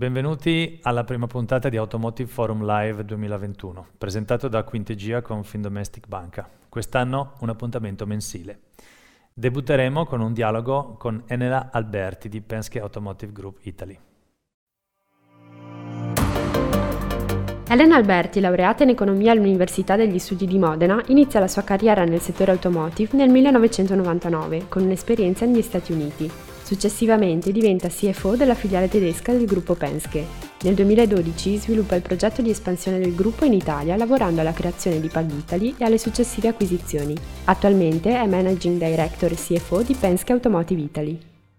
Benvenuti alla prima puntata di Automotive Forum Live 2021, presentato da Quintegia con Findomestic Banca. Quest'anno un appuntamento mensile. Debutteremo con un dialogo con Elena Alberti di Penske Automotive Group Italy. Elena Alberti, laureata in economia all'Università degli Studi di Modena, inizia la sua carriera nel settore automotive nel 1999, con un'esperienza negli Stati Uniti. Successivamente diventa CFO della filiale tedesca del gruppo Penske. Nel 2012 sviluppa il progetto di espansione del gruppo in Italia lavorando alla creazione di Pag Italy e alle successive acquisizioni. Attualmente è Managing Director e CFO di Penske Automotive Italy.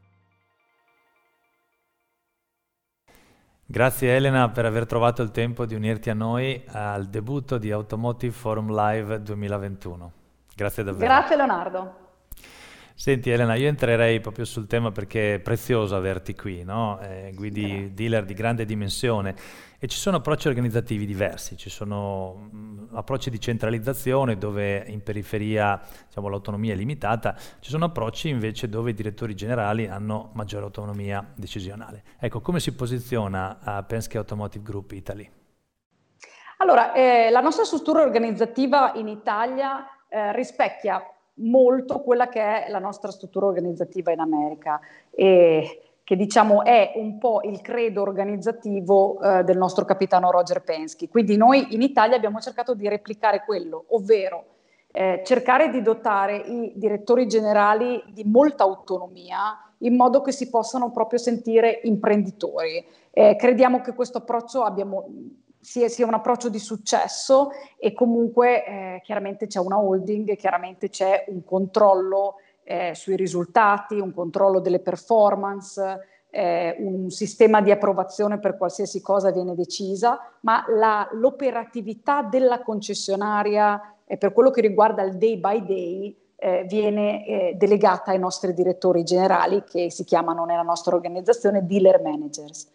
Grazie Elena per aver trovato il tempo di unirti a noi al debutto di Automotive Forum Live 2021. Grazie davvero. Grazie Leonardo. Senti Elena, io entrerei proprio sul tema perché è prezioso averti qui, no? Guidi dealer di grande dimensione e ci sono approcci organizzativi diversi, ci sono approcci di centralizzazione dove in periferia diciamo, l'autonomia è limitata, ci sono approcci invece dove i direttori generali hanno maggiore autonomia decisionale. Ecco, come si posiziona a Penske Automotive Group Italy? Allora, la nostra struttura organizzativa in Italia rispecchia molto quella che è la nostra struttura organizzativa in America e che diciamo è un po' il credo organizzativo del nostro capitano Roger Penske. Quindi noi in Italia abbiamo cercato di replicare quello, ovvero cercare di dotare i direttori generali di molta autonomia in modo che si possano proprio sentire imprenditori. Crediamo che questo approccio sia un approccio di successo e comunque chiaramente c'è una holding, chiaramente c'è un controllo sui risultati, un controllo delle performance, un sistema di approvazione per qualsiasi cosa viene decisa, ma l'operatività della concessionaria per quello che riguarda il day by day viene delegata ai nostri direttori generali che si chiamano nella nostra organizzazione dealer managers.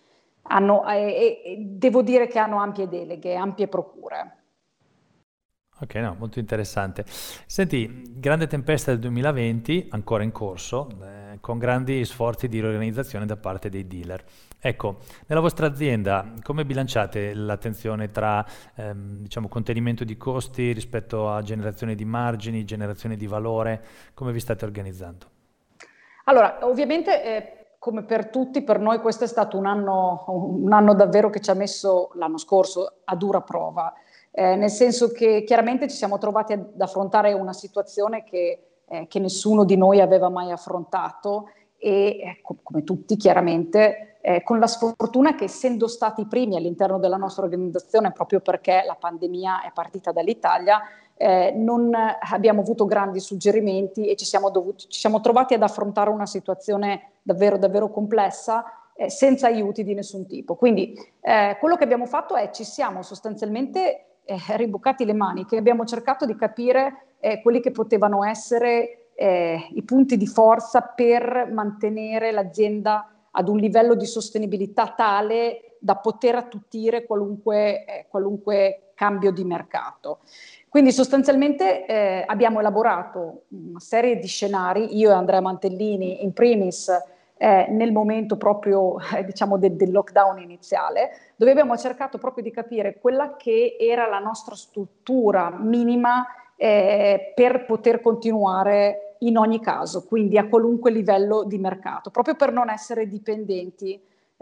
Devo dire che hanno ampie deleghe, ampie procure. Ok, no, molto interessante. Senti, grande tempesta del 2020, ancora in corso, con grandi sforzi di riorganizzazione da parte dei dealer. Ecco, nella vostra azienda come bilanciate l'attenzione tra diciamo, contenimento di costi rispetto a generazione di margini, generazione di valore? Come vi state organizzando? Allora, ovviamente come per tutti, per noi questo è stato un anno davvero che ci ha messo l'anno scorso a dura prova, nel senso che chiaramente ci siamo trovati ad affrontare una situazione che nessuno di noi aveva mai affrontato e come tutti chiaramente con la sfortuna che essendo stati i primi all'interno della nostra organizzazione proprio perché la pandemia è partita dall'Italia, non abbiamo avuto grandi suggerimenti e ci siamo trovati ad affrontare una situazione davvero, davvero complessa senza aiuti di nessun tipo. Quindi quello che abbiamo fatto è ci siamo sostanzialmente riboccati le maniche, abbiamo cercato di capire quelli che potevano essere i punti di forza per mantenere l'azienda ad un livello di sostenibilità tale da poter attutire qualunque cambio di mercato. Quindi sostanzialmente abbiamo elaborato una serie di scenari, io e Andrea Mantellini in primis, nel momento proprio diciamo del lockdown iniziale, dove abbiamo cercato proprio di capire quella che era la nostra struttura minima per poter continuare in ogni caso, quindi a qualunque livello di mercato, proprio per non essere dipendenti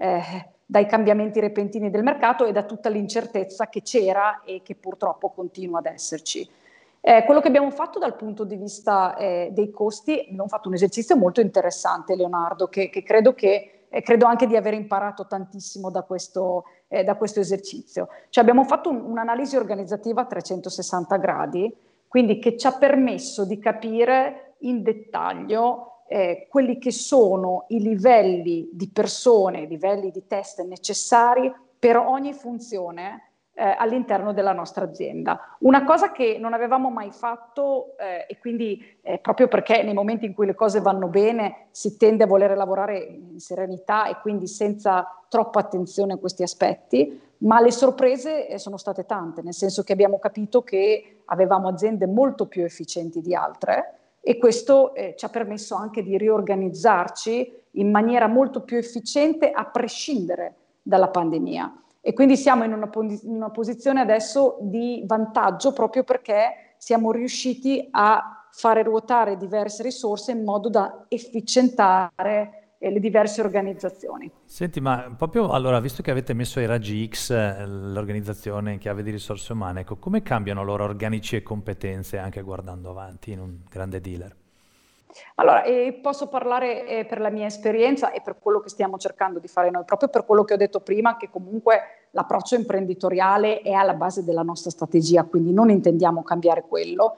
dai cambiamenti repentini del mercato e da tutta l'incertezza che c'era e che purtroppo continua ad esserci. Quello che abbiamo fatto dal punto di vista dei costi, abbiamo fatto un esercizio molto interessante, Leonardo, che credo anche di aver imparato tantissimo da questo esercizio. Cioè abbiamo fatto un'analisi organizzativa a 360 gradi, quindi che ci ha permesso di capire in dettaglio quelli che sono i livelli di persone, i livelli di test necessari per ogni funzione all'interno della nostra azienda. Una cosa che non avevamo mai fatto e quindi proprio perché nei momenti in cui le cose vanno bene si tende a voler lavorare in serenità e quindi senza troppa attenzione a questi aspetti, ma le sorprese sono state tante, nel senso che abbiamo capito che avevamo aziende molto più efficienti di altre e questo ci ha permesso anche di riorganizzarci in maniera molto più efficiente a prescindere dalla pandemia. E quindi siamo in una posizione adesso di vantaggio proprio perché siamo riusciti a fare ruotare diverse risorse in modo da efficientare le diverse organizzazioni. Senti, ma proprio allora, visto che avete messo ai raggi X l'organizzazione in chiave di risorse umane, ecco, come cambiano loro organici e competenze anche guardando avanti in un grande dealer? Allora, posso parlare per la mia esperienza e per quello che stiamo cercando di fare noi, proprio per quello che ho detto prima, che comunque l'approccio imprenditoriale è alla base della nostra strategia, quindi non intendiamo cambiare quello,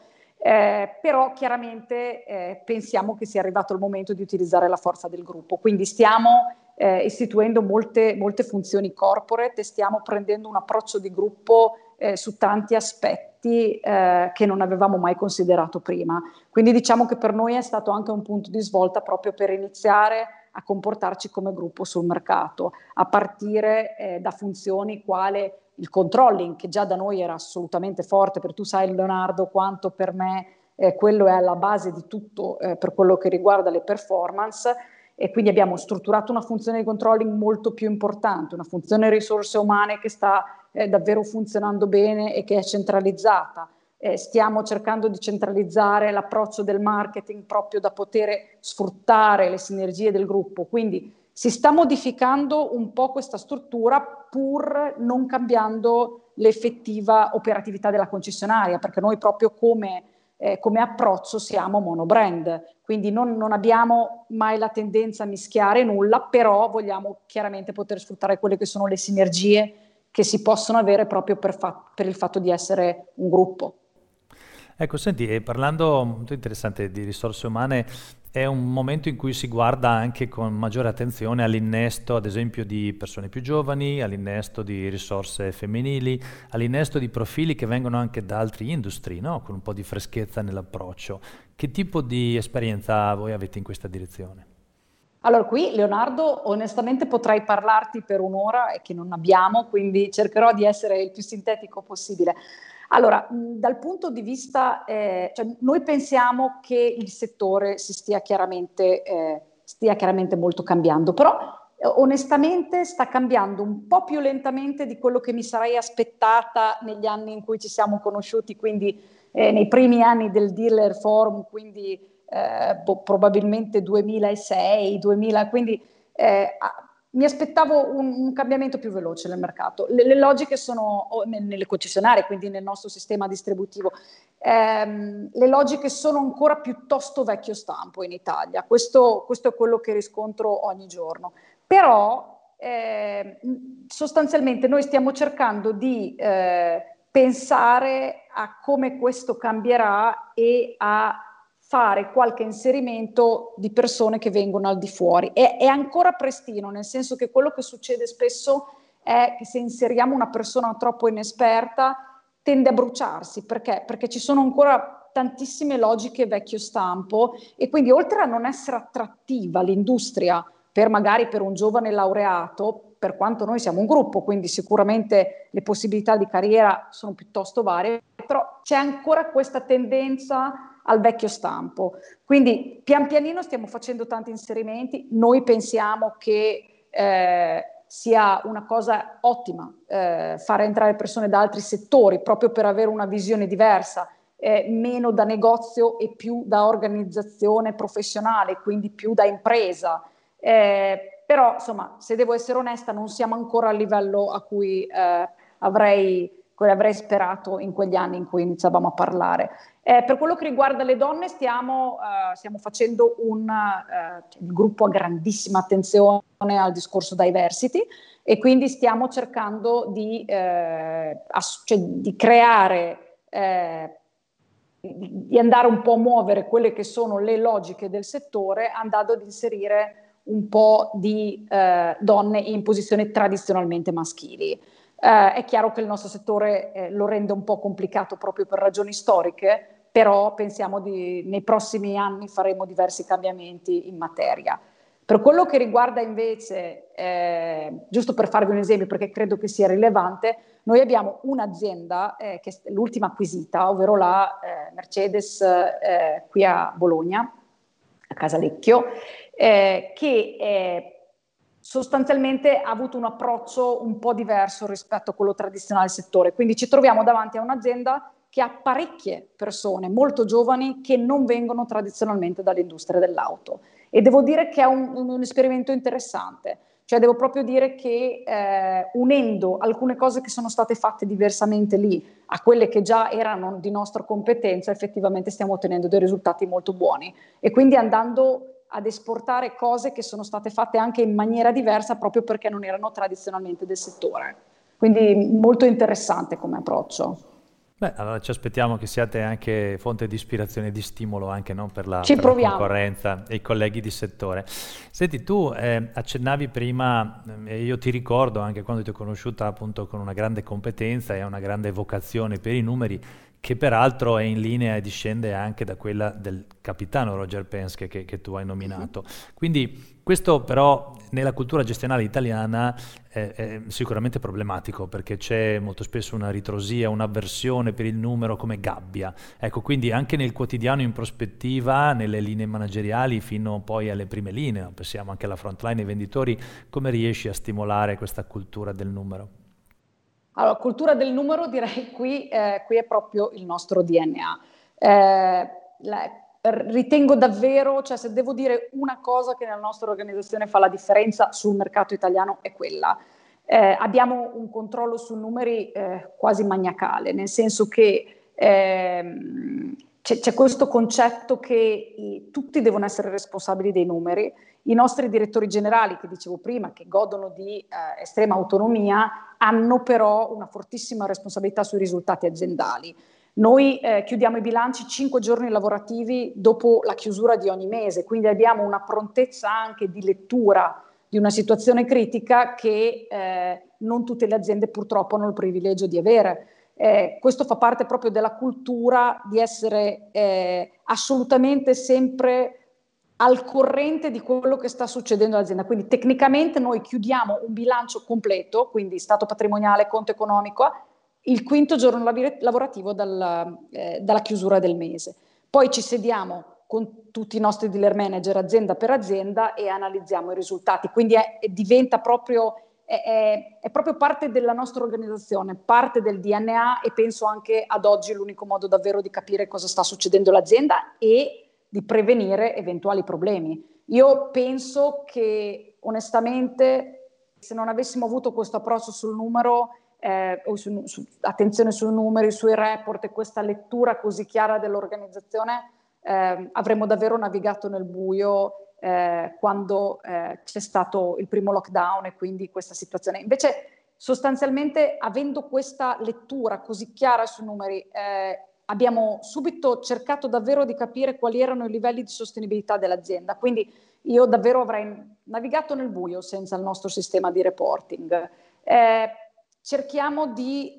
però chiaramente pensiamo che sia arrivato il momento di utilizzare la forza del gruppo, quindi stiamo istituendo molte funzioni corporate e stiamo prendendo un approccio di gruppo su tanti aspetti che non avevamo mai considerato prima. Quindi diciamo che per noi è stato anche un punto di svolta proprio per iniziare a comportarci come gruppo sul mercato, a partire da funzioni quale il controlling, che già da noi era assolutamente forte, perché tu sai Leonardo quanto per me quello è alla base di tutto per quello che riguarda le performance, e quindi abbiamo strutturato una funzione di controlling molto più importante, una funzione risorse umane che sta davvero funzionando bene e che è centralizzata. Stiamo cercando di centralizzare l'approccio del marketing proprio da poter sfruttare le sinergie del gruppo, quindi si sta modificando un po' questa struttura pur non cambiando l'effettiva operatività della concessionaria, perché noi proprio come approccio siamo monobrand, quindi non abbiamo mai la tendenza a mischiare nulla, però vogliamo chiaramente poter sfruttare quelle che sono le sinergie che si possono avere proprio per il fatto di essere un gruppo. Ecco, senti, e parlando molto interessante di risorse umane, è un momento in cui si guarda anche con maggiore attenzione all'innesto, ad esempio, di persone più giovani, all'innesto di risorse femminili, all'innesto di profili che vengono anche da altri industri, no? Con un po' di freschezza nell'approccio. Che tipo di esperienza voi avete in questa direzione? Allora, qui Leonardo, onestamente potrei parlarti per un'ora e che non abbiamo, quindi cercherò di essere il più sintetico possibile. Allora, dal punto di vista, cioè noi pensiamo che il settore stia chiaramente molto cambiando, però onestamente sta cambiando un po' più lentamente di quello che mi sarei aspettata negli anni in cui ci siamo conosciuti, quindi nei primi anni del Dealer Forum, quindi probabilmente 2006, 2000, quindi mi aspettavo un cambiamento più veloce nel mercato. Le logiche sono nelle concessionarie, quindi nel nostro sistema distributivo. Le logiche sono ancora piuttosto vecchio stampo in Italia, questo è quello che riscontro ogni giorno. Però sostanzialmente noi stiamo cercando di pensare a come questo cambierà e a fare qualche inserimento di persone che vengono al di fuori. È ancora prestino, nel senso che quello che succede spesso è che se inseriamo una persona troppo inesperta tende a bruciarsi. Perché? Perché ci sono ancora tantissime logiche vecchio stampo e quindi oltre a non essere attrattiva l'industria magari per un giovane laureato, per quanto noi siamo un gruppo, quindi sicuramente le possibilità di carriera sono piuttosto varie, però c'è ancora questa tendenza al vecchio stampo. Quindi pian pianino stiamo facendo tanti inserimenti, noi pensiamo che sia una cosa ottima fare entrare persone da altri settori proprio per avere una visione diversa, meno da negozio e più da organizzazione professionale, quindi più da impresa. Però insomma, se devo essere onesta, non siamo ancora al livello a cui avrei sperato in quegli anni in cui iniziavamo a parlare. Per quello che riguarda le donne stiamo facendo il gruppo ha grandissima attenzione al discorso diversity e quindi stiamo cercando di creare di andare un po' a muovere quelle che sono le logiche del settore, andando ad inserire un po' di donne in posizioni tradizionalmente maschili. È chiaro che il nostro settore lo rende un po' complicato proprio per ragioni storiche, però pensiamo nei prossimi anni faremo diversi cambiamenti in materia. Per quello che riguarda invece, giusto per farvi un esempio perché credo che sia rilevante, noi abbiamo un'azienda che è l'ultima acquisita, ovvero la Mercedes qui a Bologna, a Casalecchio, che sostanzialmente ha avuto un approccio un po' diverso rispetto a quello tradizionale del settore. Quindi ci troviamo davanti a un'azienda che ha parecchie persone molto giovani che non vengono tradizionalmente dall'industria dell'auto. E devo dire che è un esperimento interessante. Cioè devo proprio dire che unendo alcune cose che sono state fatte diversamente lì a quelle che già erano di nostra competenza, effettivamente stiamo ottenendo dei risultati molto buoni. E quindi andando ad esportare cose che sono state fatte anche in maniera diversa proprio perché non erano tradizionalmente del settore. Quindi molto interessante come approccio. Beh, allora ci aspettiamo che siate anche fonte di ispirazione e di stimolo anche, no, per la concorrenza e i colleghi di settore. Senti, tu accennavi prima, e io ti ricordo anche quando ti ho conosciuta appunto con una grande competenza e una grande vocazione per i numeri, che peraltro è in linea e discende anche da quella del capitano Roger Penske che tu hai nominato. Quindi questo però nella cultura gestionale italiana è sicuramente problematico, perché c'è molto spesso una ritrosia, un'avversione per il numero come gabbia. Ecco, quindi anche nel quotidiano in prospettiva, nelle linee manageriali fino poi alle prime linee, pensiamo anche alla frontline, ai venditori, come riesci a stimolare questa cultura del numero? Allora, cultura del numero, direi qui è proprio il nostro DNA. Ritengo davvero, cioè se devo dire una cosa che nella nostra organizzazione fa la differenza sul mercato italiano è quella. Abbiamo un controllo sui numeri quasi maniacale, nel senso che c'è questo concetto che tutti devono essere responsabili dei numeri. I nostri direttori generali, che dicevo prima, che godono di estrema autonomia, hanno però una fortissima responsabilità sui risultati aziendali. Noi chiudiamo i bilanci 5 giorni lavorativi dopo la chiusura di ogni mese, quindi abbiamo una prontezza anche di lettura di una situazione critica che non tutte le aziende purtroppo hanno il privilegio di avere. Questo fa parte proprio della cultura di essere assolutamente sempre al corrente di quello che sta succedendo all'azienda. Quindi tecnicamente noi chiudiamo un bilancio completo, quindi stato patrimoniale, conto economico, il quinto giorno lavorativo dalla chiusura del mese. Poi ci sediamo con tutti i nostri dealer manager azienda per azienda e analizziamo i risultati. Quindi diventa proprio, è proprio parte della nostra organizzazione, parte del DNA, e penso anche ad oggi l'unico modo davvero di capire cosa sta succedendo all'azienda e di prevenire eventuali problemi. Io penso che onestamente se non avessimo avuto questo approccio sul numero, attenzione sui numeri, sui report e questa lettura così chiara dell'organizzazione, avremmo davvero navigato nel buio quando c'è stato il primo lockdown e quindi questa situazione. Invece sostanzialmente avendo questa lettura così chiara sui numeri, abbiamo subito cercato davvero di capire quali erano i livelli di sostenibilità dell'azienda, quindi io davvero avrei navigato nel buio senza il nostro sistema di reporting. Cerchiamo di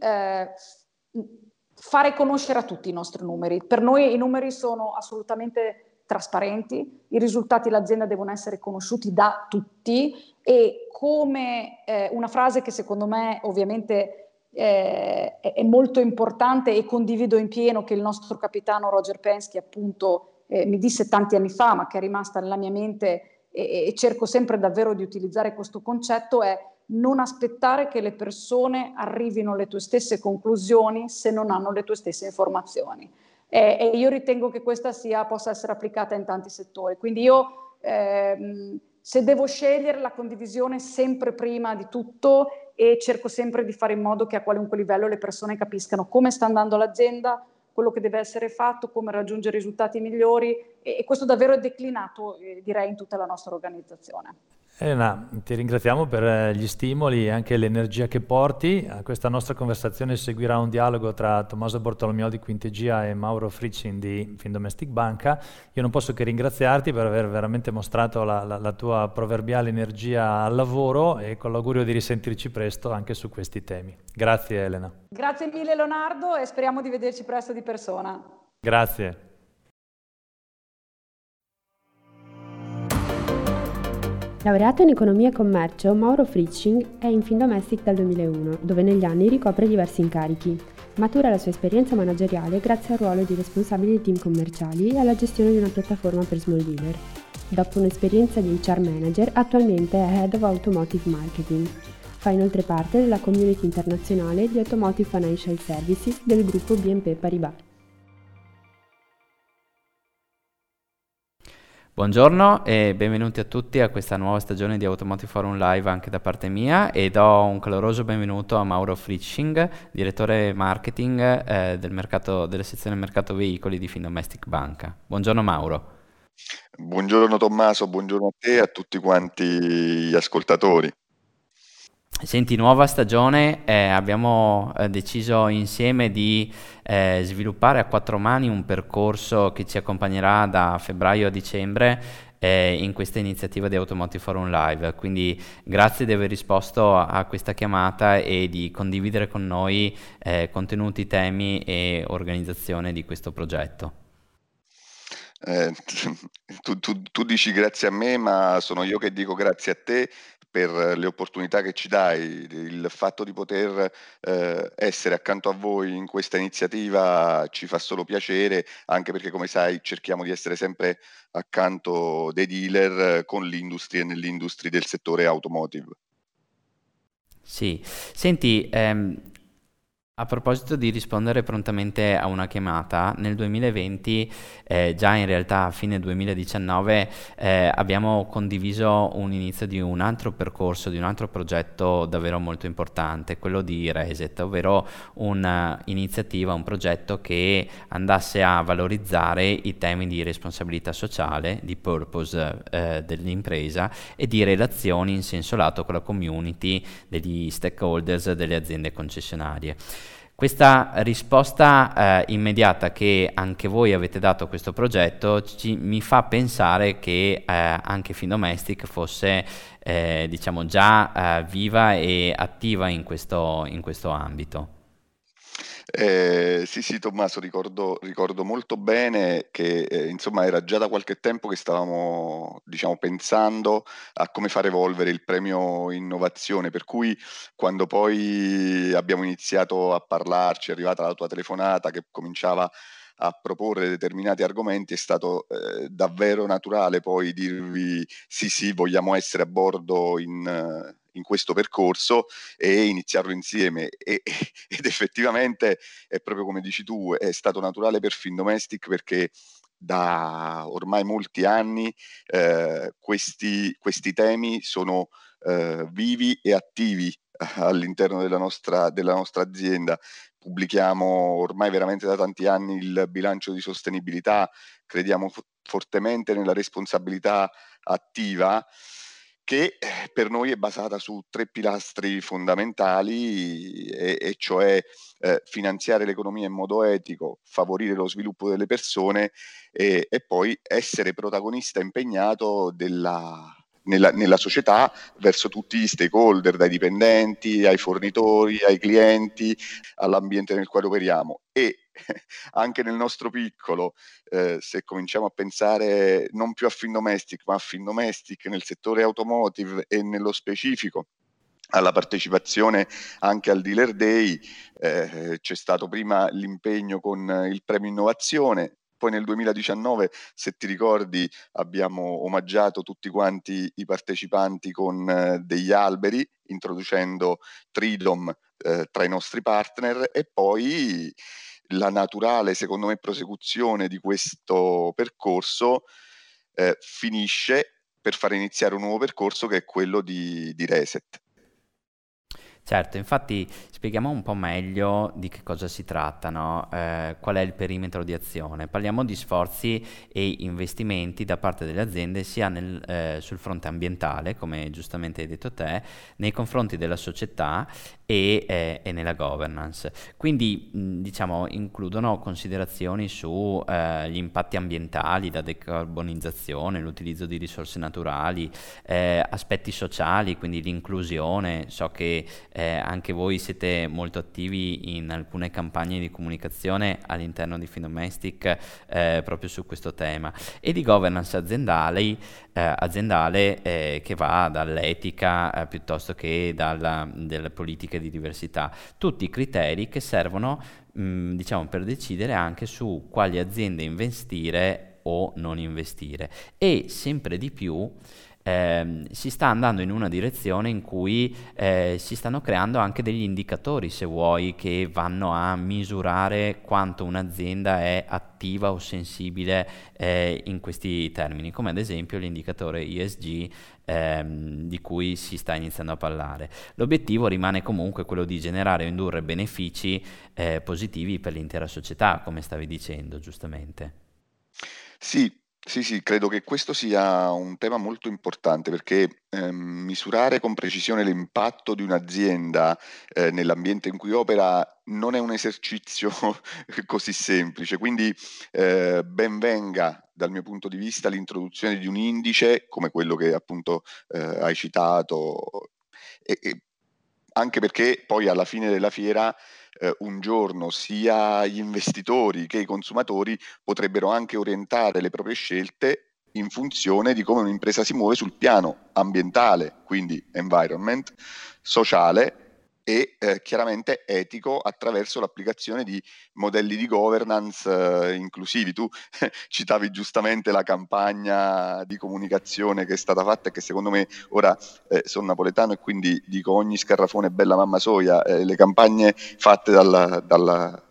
fare conoscere a tutti i nostri numeri. Per noi i numeri sono assolutamente trasparenti, i risultati dell'azienda devono essere conosciuti da tutti e come una frase che secondo me ovviamente è molto importante e condivido in pieno, che il nostro capitano Roger Penske appunto mi disse tanti anni fa, ma che è rimasta nella mia mente e cerco sempre davvero di utilizzare questo concetto, è non aspettare che le persone arrivino alle tue stesse conclusioni se non hanno le tue stesse informazioni. E io ritengo che questa possa essere applicata in tanti settori. Quindi io, se devo scegliere, la condivisione sempre prima di tutto, e cerco sempre di fare in modo che a qualunque livello le persone capiscano come sta andando l'azienda, quello che deve essere fatto, come raggiungere risultati migliori, e questo davvero è declinato, direi, in tutta la nostra organizzazione. Elena, ti ringraziamo per gli stimoli e anche l'energia che porti. A questa nostra conversazione seguirà un dialogo tra Tommaso Bortolomeo di Quintegia e Mauro Fritzing di Findomestic Banca. Io non posso che ringraziarti per aver veramente mostrato la tua proverbiale energia al lavoro, e con l'augurio di risentirci presto anche su questi temi. Grazie Elena. Grazie mille Leonardo, e speriamo di vederci presto di persona. Grazie. Laureato in Economia e Commercio, Mauro Fritzing è in Findomestic dal 2001, dove negli anni ricopre diversi incarichi. Matura la sua esperienza manageriale grazie al ruolo di responsabile di team commerciali e alla gestione di una piattaforma per small dealer. Dopo un'esperienza di HR Manager, attualmente è Head of Automotive Marketing. Fa inoltre parte della community internazionale di Automotive Financial Services del gruppo BNP Paribas. Buongiorno e benvenuti a tutti a questa nuova stagione di Automotive Forum Live anche da parte mia, e do un caloroso benvenuto a Mauro Fritzsching, direttore marketing della sezione mercato veicoli di Findomestic Banca. Buongiorno Mauro. Buongiorno Tommaso, buongiorno a te e a tutti quanti gli ascoltatori. Senti, nuova stagione, abbiamo deciso insieme di sviluppare a quattro mani un percorso che ci accompagnerà da febbraio a dicembre in questa iniziativa di Automotive Forum Live, quindi grazie di aver risposto a questa chiamata e di condividere con noi contenuti, temi e organizzazione di questo progetto. Tu dici grazie a me, ma sono io che dico grazie a te per le opportunità che ci dai. Il fatto di poter essere accanto a voi in questa iniziativa ci fa solo piacere, anche perché, come sai, cerchiamo di essere sempre accanto dei dealer con l'industria e nell'industria del settore automotive. Sì, senti, a proposito di rispondere prontamente a una chiamata, nel 2020, già in realtà a fine 2019, abbiamo condiviso un inizio di un altro percorso, di un altro progetto davvero molto importante, quello di Reset, ovvero un'iniziativa, un progetto che andasse a valorizzare i temi di responsabilità sociale, di purpose dell'impresa e di relazioni in senso lato con la community degli stakeholders delle aziende concessionarie. Questa risposta immediata che anche voi avete dato a questo progetto mi fa pensare che anche Findomestic fosse diciamo già viva e attiva in questo ambito. Sì, Tommaso, ricordo molto bene che insomma era già da qualche tempo che stavamo, diciamo, pensando a come far evolvere il premio innovazione, per cui quando poi abbiamo iniziato a parlarci, è arrivata la tua telefonata che cominciava a proporre determinati argomenti, è stato davvero naturale poi dirvi sì, vogliamo essere a bordo in questo percorso e iniziarlo insieme ed effettivamente è proprio come dici tu, è stato naturale per Findomestic perché da ormai molti anni questi temi sono vivi e attivi all'interno della nostra azienda. Pubblichiamo ormai veramente da tanti anni il bilancio di sostenibilità, crediamo fortemente nella responsabilità attiva, che per noi è basata su 3 pilastri fondamentali, e cioè finanziare l'economia in modo etico, favorire lo sviluppo delle persone e poi essere protagonista impegnato nella società verso tutti gli stakeholder, dai dipendenti, ai fornitori, ai clienti, all'ambiente nel quale operiamo. E anche nel nostro piccolo, se cominciamo a pensare non più a Findomestic, ma a Findomestic nel settore automotive e nello specifico alla partecipazione anche al Dealer Day, c'è stato prima l'impegno con il premio innovazione. Poi nel 2019, se ti ricordi, abbiamo omaggiato tutti quanti i partecipanti con degli alberi, introducendo Tridom tra i nostri partner, e poi la naturale, secondo me, prosecuzione di questo percorso finisce per far iniziare un nuovo percorso che è quello di Reset. Certo, infatti spieghiamo un po' meglio di che cosa si tratta, no? Qual è il perimetro di azione. Parliamo di sforzi e investimenti da parte delle aziende sia sul fronte ambientale, come giustamente hai detto te, nei confronti della società e nella governance. Quindi diciamo includono considerazioni su gli impatti ambientali, la decarbonizzazione, l'utilizzo di risorse naturali, aspetti sociali, quindi l'inclusione. So che anche voi siete molto attivi in alcune campagne di comunicazione all'interno di Findomestic proprio su questo tema, e di governance aziendale che va dall'etica piuttosto che dalle politiche di diversità, tutti criteri che servono diciamo per decidere anche su quali aziende investire o non investire. E sempre di più si sta andando in una direzione in cui si stanno creando anche degli indicatori, se vuoi, che vanno a misurare quanto un'azienda è attiva o sensibile in questi termini, come ad esempio l'indicatore ESG di cui si sta iniziando a parlare. L'obiettivo rimane comunque quello di generare o indurre benefici positivi per l'intera società, come stavi dicendo giustamente. Sì, sì, sì, credo che questo sia un tema molto importante perché misurare con precisione l'impatto di un'azienda nell'ambiente in cui opera non è un esercizio così semplice, quindi ben venga dal mio punto di vista l'introduzione di un indice come quello che appunto hai citato, e anche perché poi alla fine della fiera un giorno sia gli investitori che i consumatori potrebbero anche orientare le proprie scelte in funzione di come un'impresa si muove sul piano ambientale, quindi environment, sociale e chiaramente etico attraverso l'applicazione di modelli di governance inclusivi. Tu citavi giustamente la campagna di comunicazione che è stata fatta e che secondo me ora sono napoletano e quindi dico ogni scarrafone bella mamma soia, le campagne fatte dalla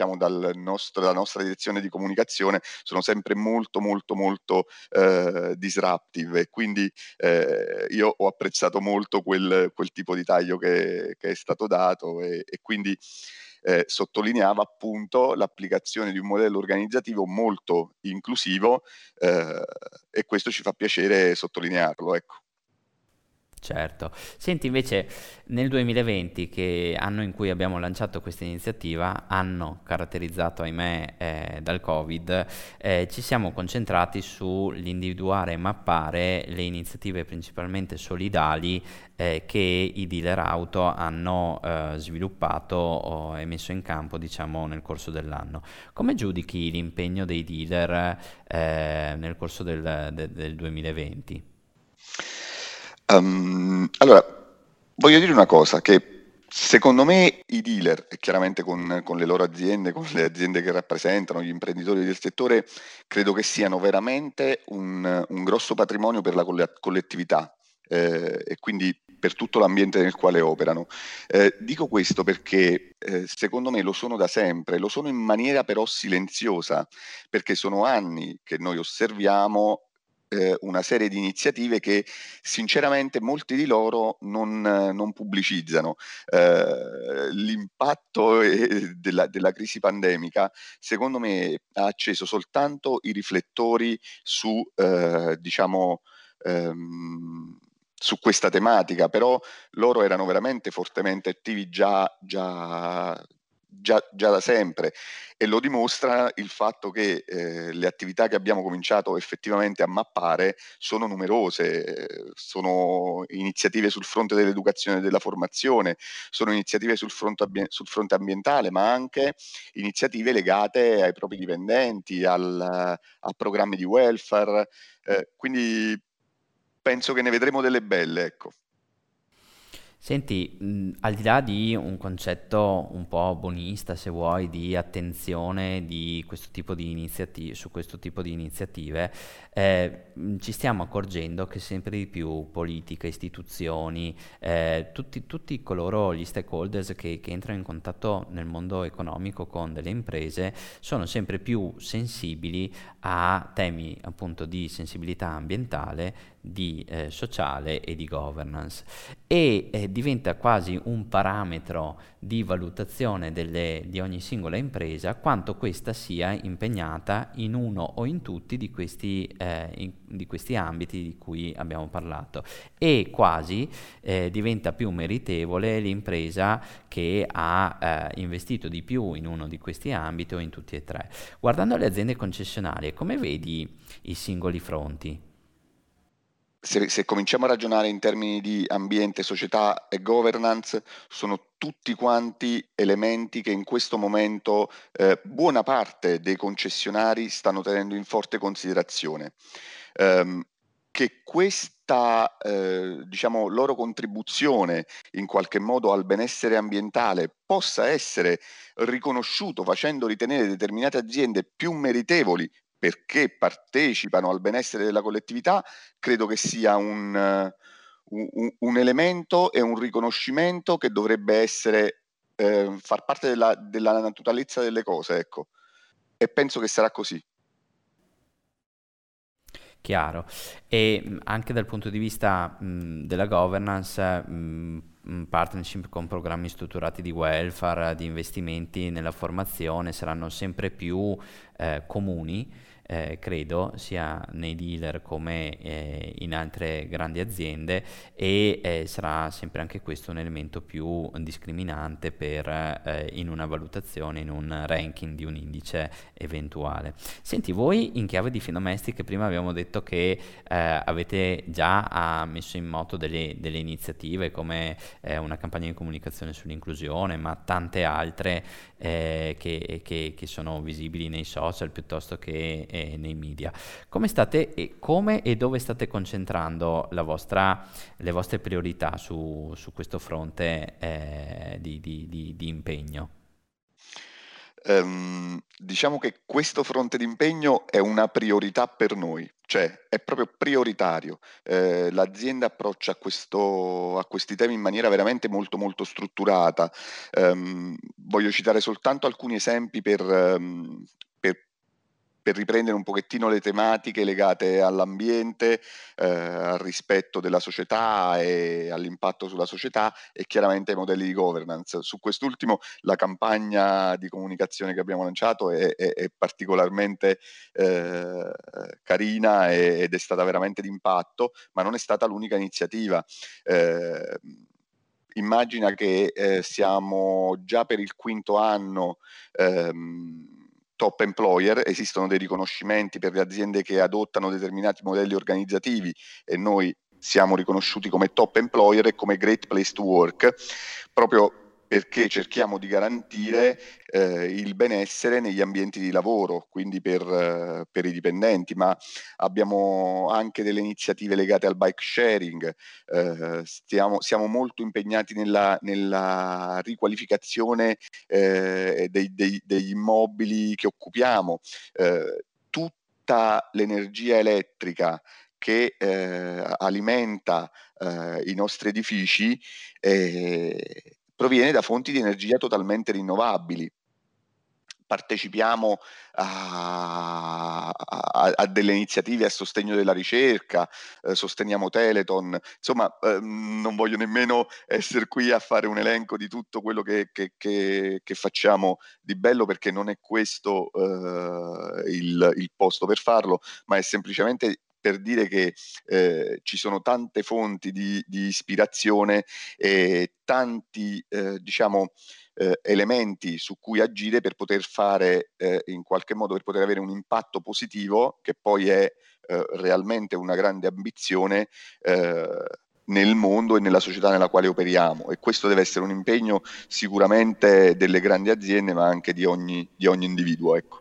nostra direzione di comunicazione sono sempre molto molto molto disruptive e quindi io ho apprezzato molto quel tipo di taglio che è stato dato e quindi sottolineava appunto l'applicazione di un modello organizzativo molto inclusivo e questo ci fa piacere sottolinearlo, ecco. Certo. Senti, invece, nel 2020, che anno in cui abbiamo lanciato questa iniziativa, anno caratterizzato, ahimè, dal Covid, ci siamo concentrati sull'individuare e mappare le iniziative principalmente solidali che i dealer auto hanno sviluppato e messo in campo, diciamo, nel corso dell'anno. Come giudichi l'impegno dei dealer nel corso del 2020? Allora, voglio dire una cosa, che secondo me i dealer, e chiaramente con le loro aziende, con le aziende che rappresentano, gli imprenditori del settore, credo che siano veramente un grosso patrimonio per la collettività e quindi per tutto l'ambiente nel quale operano. Dico questo perché secondo me lo sono da sempre, lo sono in maniera però silenziosa, perché sono anni che noi osserviamo una serie di iniziative che sinceramente molti di loro non pubblicizzano. L'impatto della crisi pandemica secondo me ha acceso soltanto i riflettori su diciamo su questa tematica, però loro erano veramente fortemente attivi già da sempre e lo dimostra il fatto che le attività che abbiamo cominciato effettivamente a mappare sono numerose, sono iniziative sul fronte dell'educazione e della formazione, sono iniziative sul fronte ambientale, ma anche iniziative legate ai propri dipendenti, a programmi di welfare, quindi penso che ne vedremo delle belle, ecco. Senti, al di là di un concetto un po' buonista, se vuoi, di attenzione di questo tipo di su questo tipo di iniziative, ci stiamo accorgendo che sempre di più politica, istituzioni, tutti coloro, gli stakeholders che entrano in contatto nel mondo economico con delle imprese, sono sempre più sensibili a temi appunto di sensibilità ambientale, di sociale e di governance e diventa quasi un parametro di valutazione di ogni singola impresa quanto questa sia impegnata in uno o in tutti di questi ambiti di cui abbiamo parlato e quasi diventa più meritevole l'impresa che ha investito di più in uno di questi ambiti o in tutti e tre. Guardando le aziende concessionarie, come vedi i singoli fronti? Se cominciamo a ragionare in termini di ambiente, società e governance, sono tutti quanti elementi che in questo momento buona parte dei concessionari stanno tenendo in forte considerazione. Che questa diciamo, loro contribuzione in qualche modo al benessere ambientale possa essere riconosciuto facendo ritenere determinate aziende più meritevoli perché partecipano al benessere della collettività, credo che sia un elemento e un riconoscimento che dovrebbe essere far parte della naturalezza delle cose, ecco. E penso che sarà così. Chiaro. E anche dal punto di vista della governance, partnership con programmi strutturati di welfare, di investimenti nella formazione saranno sempre più comuni, credo, sia nei dealer come in altre grandi aziende, e sarà sempre anche questo un elemento più discriminante per in una valutazione, in un ranking di un indice eventuale. Senti, voi in chiave di Finomestic prima abbiamo detto che avete già messo in moto delle iniziative come una campagna di comunicazione sull'inclusione, ma tante altre che sono visibili nei social piuttosto che nei media. Come e dove state concentrando le vostre priorità su questo fronte di impegno? Diciamo che questo fronte d'impegno è una priorità per noi, cioè è proprio prioritario. L'azienda approccia a questi temi in maniera veramente molto molto strutturata. Voglio citare soltanto alcuni esempi per riprendere un pochettino le tematiche legate all'ambiente, al rispetto della società e all'impatto sulla società, e chiaramente ai modelli di governance. Su quest'ultimo la campagna di comunicazione che abbiamo lanciato è particolarmente carina ed è stata veramente d'impatto, ma non è stata l'unica iniziativa. Immagina che siamo già per il quinto anno top employer, esistono dei riconoscimenti per le aziende che adottano determinati modelli organizzativi e noi siamo riconosciuti come top employer e come great place to work, proprio perché cerchiamo di garantire il benessere negli ambienti di lavoro, quindi per i dipendenti, ma abbiamo anche delle iniziative legate al bike sharing, siamo molto impegnati nella riqualificazione degli immobili che occupiamo, tutta l'energia elettrica che alimenta i nostri edifici proviene da fonti di energia totalmente rinnovabili. Partecipiamo a delle iniziative a sostegno della ricerca, sosteniamo Teleton, insomma non voglio nemmeno essere qui a fare un elenco di tutto quello che facciamo di bello, perché non è questo il posto per farlo, ma è semplicemente per dire che ci sono tante fonti di ispirazione e tanti elementi su cui agire per poter fare in qualche modo, per poter avere un impatto positivo, che poi è realmente una grande ambizione nel mondo e nella società nella quale operiamo, e questo deve essere un impegno sicuramente delle grandi aziende, ma anche di ogni individuo, ecco.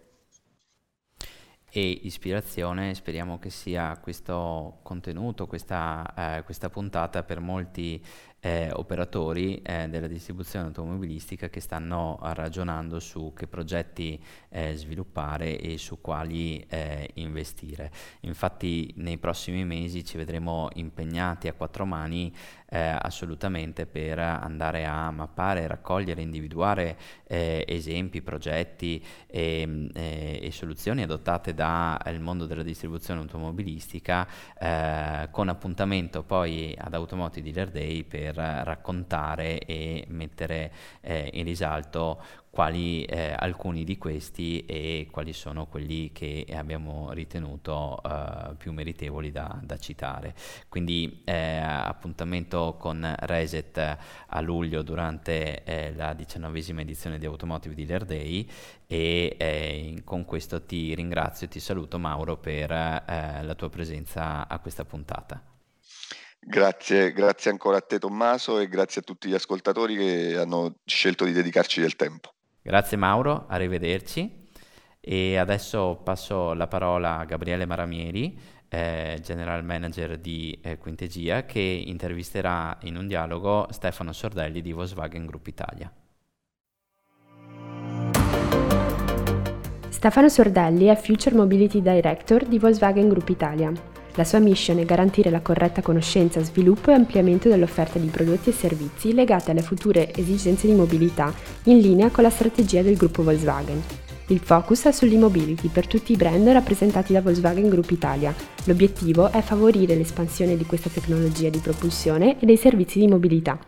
E ispirazione, speriamo che sia questo contenuto, questa puntata per molti operatori della distribuzione automobilistica che stanno ragionando su che progetti sviluppare e su quali investire. Infatti nei prossimi mesi ci vedremo impegnati a quattro mani assolutamente per andare a mappare, raccogliere, individuare esempi, progetti e soluzioni adottate dal mondo della distribuzione automobilistica, con appuntamento poi ad Automotive Dealer Day per raccontare e mettere in risalto quali alcuni di questi e quali sono quelli che abbiamo ritenuto più meritevoli da citare. Quindi appuntamento con Reset a luglio durante la 19ª edizione di Automotive Dealer Day, e con questo ti ringrazio e ti saluto, Mauro, per la tua presenza a questa puntata. Grazie ancora a te, Tommaso, e grazie a tutti gli ascoltatori che hanno scelto di dedicarci del tempo. Grazie Mauro, arrivederci. E adesso passo la parola a Gabriele Maramieri, General Manager di Quintegia, che intervisterà in un dialogo Stefano Sordelli di Volkswagen Group Italia. Stefano Sordelli è Future Mobility Director di Volkswagen Group Italia. La sua mission è garantire la corretta conoscenza, sviluppo e ampliamento dell'offerta di prodotti e servizi legati alle future esigenze di mobilità, in linea con la strategia del gruppo Volkswagen. Il focus è sull'e-mobility per tutti i brand rappresentati da Volkswagen Group Italia. L'obiettivo è favorire l'espansione di questa tecnologia di propulsione e dei servizi di mobilità.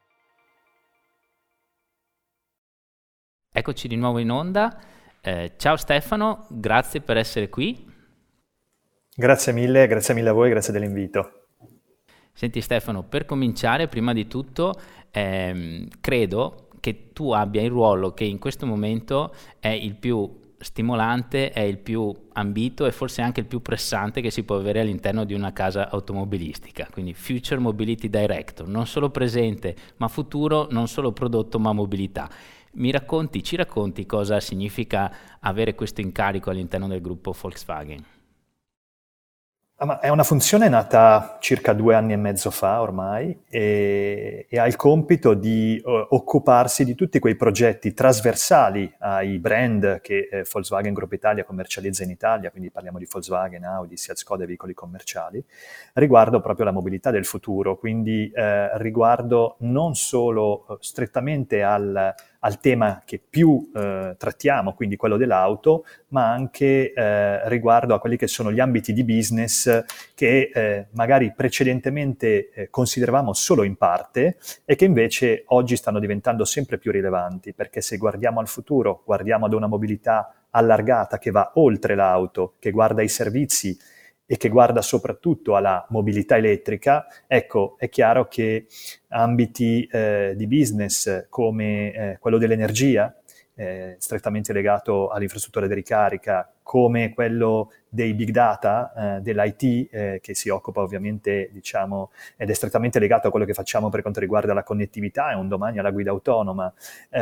Eccoci di nuovo in onda. Ciao Stefano, grazie per essere qui. Grazie mille a voi, grazie dell'invito. Senti Stefano, per cominciare, prima di tutto, credo che tu abbia il ruolo che in questo momento è il più stimolante, è il più ambito e forse anche il più pressante che si può avere all'interno di una casa automobilistica, quindi Future Mobility Director, non solo presente ma futuro, non solo prodotto ma mobilità. Ci racconti cosa significa avere questo incarico all'interno del gruppo Volkswagen? Ma è una funzione nata circa 2 anni e mezzo fa ormai e ha il compito di occuparsi di tutti quei progetti trasversali ai brand che Volkswagen Group Italia commercializza in Italia, quindi parliamo di Volkswagen, Audi, Seat, Skoda e veicoli commerciali, riguardo proprio la mobilità del futuro, quindi riguardo non solo strettamente al tema che più trattiamo, quindi quello dell'auto, ma anche riguardo a quelli che sono gli ambiti di business che magari precedentemente consideravamo solo in parte e che invece oggi stanno diventando sempre più rilevanti, perché se guardiamo al futuro, guardiamo ad una mobilità allargata che va oltre l'auto, che guarda ai servizi e che guarda soprattutto alla mobilità elettrica, ecco, è chiaro che ambiti di business come quello dell'energia, strettamente legato all'infrastruttura di ricarica, come quello dei big data, dell'IT, che si occupa ovviamente, diciamo, ed è strettamente legato a quello che facciamo per quanto riguarda la connettività e un domani alla guida autonoma,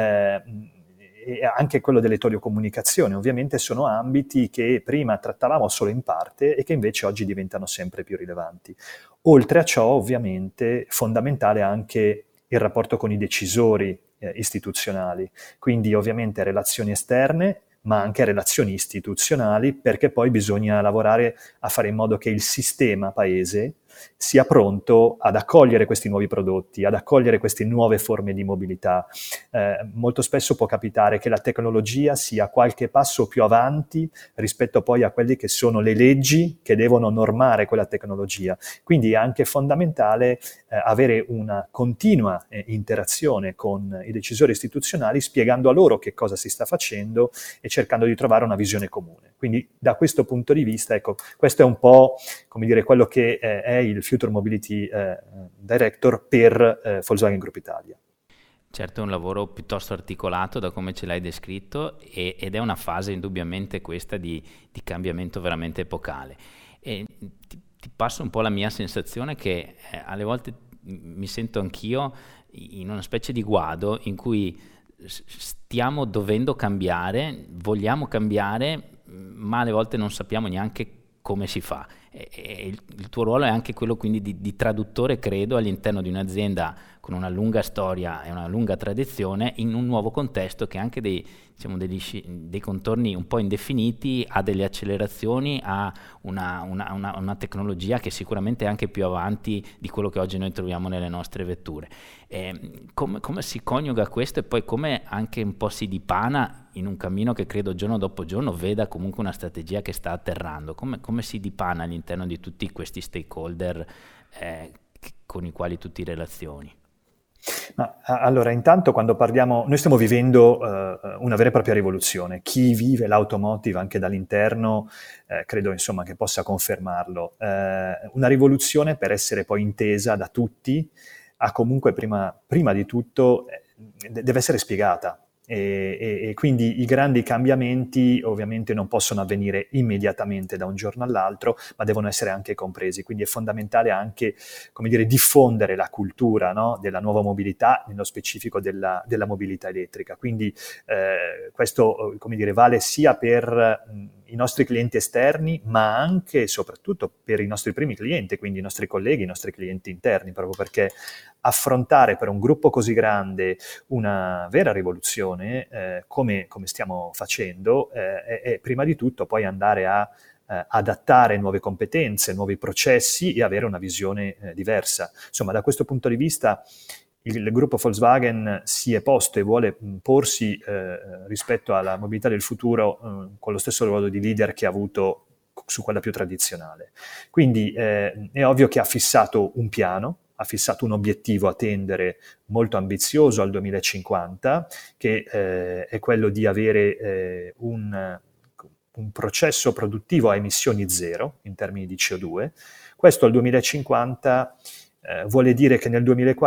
e anche quello delle telecomunicazioni, ovviamente sono ambiti che prima trattavamo solo in parte e che invece oggi diventano sempre più rilevanti. Oltre a ciò, ovviamente, fondamentale anche il rapporto con i decisori istituzionali, quindi ovviamente relazioni esterne, ma anche relazioni istituzionali, perché poi bisogna lavorare a fare in modo che il sistema paese sia pronto ad accogliere questi nuovi prodotti, ad accogliere queste nuove forme di mobilità. Molto spesso può capitare che la tecnologia sia qualche passo più avanti rispetto poi a quelle che sono le leggi che devono normare quella tecnologia. Quindi è anche fondamentale avere una continua interazione con i decisori istituzionali, spiegando a loro che cosa si sta facendo e cercando di trovare una visione comune. Quindi da questo punto di vista, ecco, questo è un po', come dire, quello che è il Future Mobility Director per Volkswagen Group Italia. Certo, è un lavoro piuttosto articolato da come ce l'hai descritto ed è una fase indubbiamente questa di cambiamento veramente epocale. E ti passo un po' la mia sensazione che alle volte mi sento anch'io in una specie di guado in cui stiamo dovendo cambiare, vogliamo cambiare, ma alle volte non sappiamo neanche come si fa. E il tuo ruolo è anche quello quindi di traduttore, credo, all'interno di un'azienda con una lunga storia e una lunga tradizione in un nuovo contesto che ha anche dei contorni un po' indefiniti, ha delle accelerazioni, ha una tecnologia che sicuramente è anche più avanti di quello che oggi noi troviamo nelle nostre vetture. Come si coniuga questo e poi come anche un po' si dipana in un cammino che credo giorno dopo giorno veda comunque una strategia che sta atterrando? Come si dipana all'interno di tutti questi stakeholder con i quali tu ti relazioni? Allora, intanto quando parliamo, noi stiamo vivendo una vera e propria rivoluzione. Chi vive l'automotive anche dall'interno credo insomma che possa confermarlo. Una rivoluzione, per essere poi intesa da tutti, ha comunque prima di tutto deve essere spiegata. E quindi i grandi cambiamenti ovviamente non possono avvenire immediatamente da un giorno all'altro, ma devono essere anche compresi. Quindi è fondamentale anche, come dire, diffondere la cultura, no, della nuova mobilità, nello specifico della mobilità elettrica. Quindi questo, come dire, vale sia per i nostri clienti esterni, ma anche e soprattutto per i nostri primi clienti, quindi i nostri colleghi, i nostri clienti interni, proprio perché affrontare per un gruppo così grande una vera rivoluzione, come stiamo facendo, è prima di tutto poi andare a adattare nuove competenze, nuovi processi e avere una visione diversa. Insomma, da questo punto di vista il gruppo Volkswagen si è posto e vuole porsi rispetto alla mobilità del futuro con lo stesso ruolo di leader che ha avuto su quella più tradizionale. Quindi è ovvio che ha fissato un piano, ha fissato un obiettivo a tendere molto ambizioso al 2050, che è quello di avere un processo produttivo a emissioni zero in termini di CO2. Questo al 2050 vuole dire che nel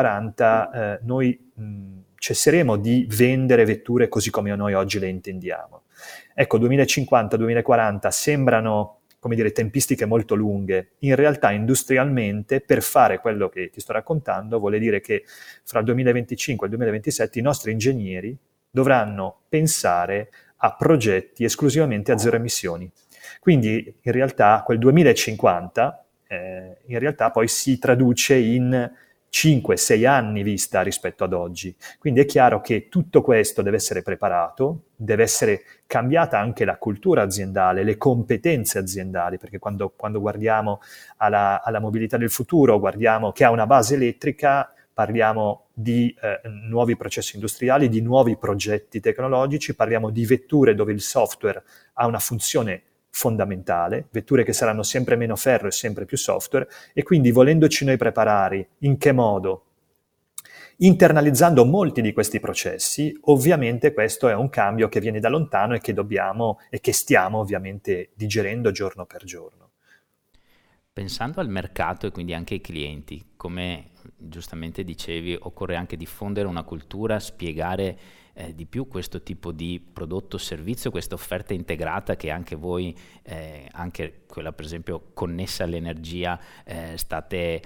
2040 noi cesseremo di vendere vetture così come noi oggi le intendiamo. Ecco, 2050-2040 sembrano, come dire, tempistiche molto lunghe. In realtà, industrialmente, per fare quello che ti sto raccontando, vuole dire che fra il 2025 e il 2027 i nostri ingegneri dovranno pensare a progetti esclusivamente a zero emissioni. Quindi, in realtà, quel 2050 in realtà poi si traduce in 5-6 anni vista rispetto ad oggi. Quindi è chiaro che tutto questo deve essere preparato, deve essere cambiata anche la cultura aziendale, le competenze aziendali, perché quando guardiamo alla mobilità del futuro, guardiamo che ha una base elettrica, parliamo di nuovi processi industriali, di nuovi progetti tecnologici, parliamo di vetture dove il software ha una funzione fondamentale, vetture che saranno sempre meno ferro e sempre più software, e quindi volendoci noi preparare in che modo? Internalizzando molti di questi processi, ovviamente questo è un cambio che viene da lontano e che dobbiamo e che stiamo ovviamente digerendo giorno per giorno. Pensando al mercato e quindi anche ai clienti, come giustamente dicevi, occorre anche diffondere una cultura, spiegare di più questo tipo di prodotto o servizio, questa offerta integrata che anche voi, anche quella per esempio connessa all'energia, state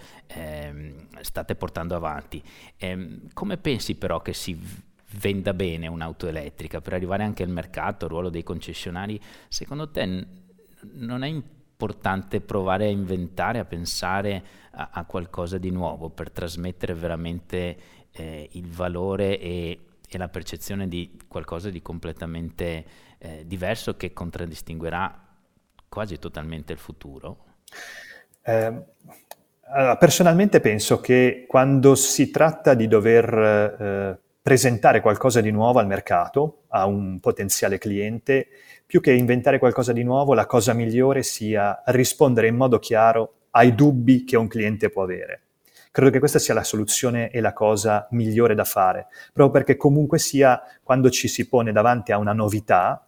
portando avanti. Come pensi però che si venda bene un'auto elettrica per arrivare anche al mercato, al ruolo dei concessionari? Secondo te non è importante provare a inventare, a pensare a qualcosa di nuovo per trasmettere veramente il valore e la percezione di qualcosa di completamente diverso che contraddistinguerà quasi totalmente il futuro? Personalmente penso che quando si tratta di dover presentare qualcosa di nuovo al mercato, a un potenziale cliente, più che inventare qualcosa di nuovo, la cosa migliore sia rispondere in modo chiaro ai dubbi che un cliente può avere. Credo che questa sia la soluzione e la cosa migliore da fare, proprio perché comunque sia, quando ci si pone davanti a una novità,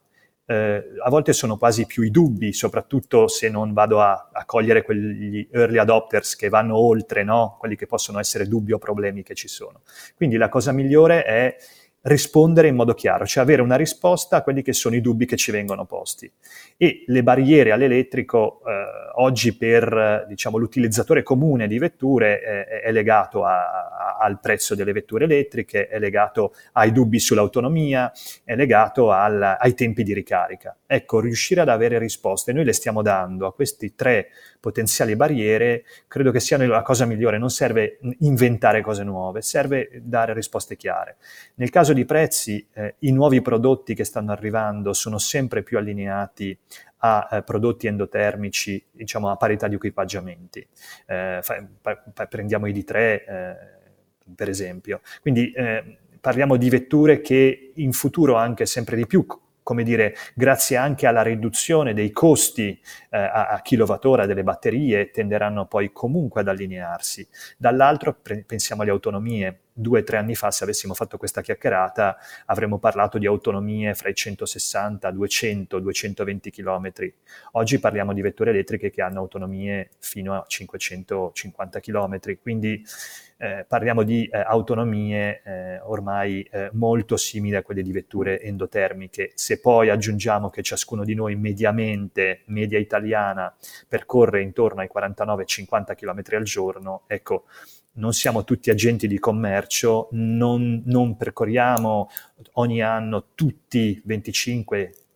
a volte sono quasi più i dubbi, soprattutto se non vado a cogliere quegli early adopters che vanno oltre, no? Quelli che possono essere dubbi o problemi che ci sono. Quindi la cosa migliore è rispondere in modo chiaro, cioè avere una risposta a quelli che sono i dubbi che ci vengono posti. E le barriere all'elettrico oggi per diciamo, l'utilizzatore comune di vetture è legato al prezzo delle vetture elettriche, è legato ai dubbi sull'autonomia, è legato ai tempi di ricarica. Ecco, riuscire ad avere risposte, noi le stiamo dando a questi 3 potenziali barriere, credo che sia la cosa migliore. Non serve inventare cose nuove, serve dare risposte chiare. Nel caso di prezzi, i nuovi prodotti che stanno arrivando sono sempre più allineati a prodotti endotermici, diciamo a parità di equipaggiamenti. Prendiamo i D3 per esempio. Quindi parliamo di vetture che in futuro anche sempre di più, come dire, grazie anche alla riduzione dei costi a kilowattora delle batterie, tenderanno poi comunque ad allinearsi. Dall'altro pensiamo alle autonomie. 2 o 3 anni fa, se avessimo fatto questa chiacchierata, avremmo parlato di autonomie fra i 160, 200, 220 km. Oggi parliamo di vetture elettriche che hanno autonomie fino a 550 km, quindi parliamo di autonomie ormai molto simili a quelle di vetture endotermiche. Se poi aggiungiamo che ciascuno di noi mediamente, media italiana, percorre intorno ai 49-50 km al giorno, ecco, non siamo tutti agenti di commercio, non percorriamo ogni anno tutti 25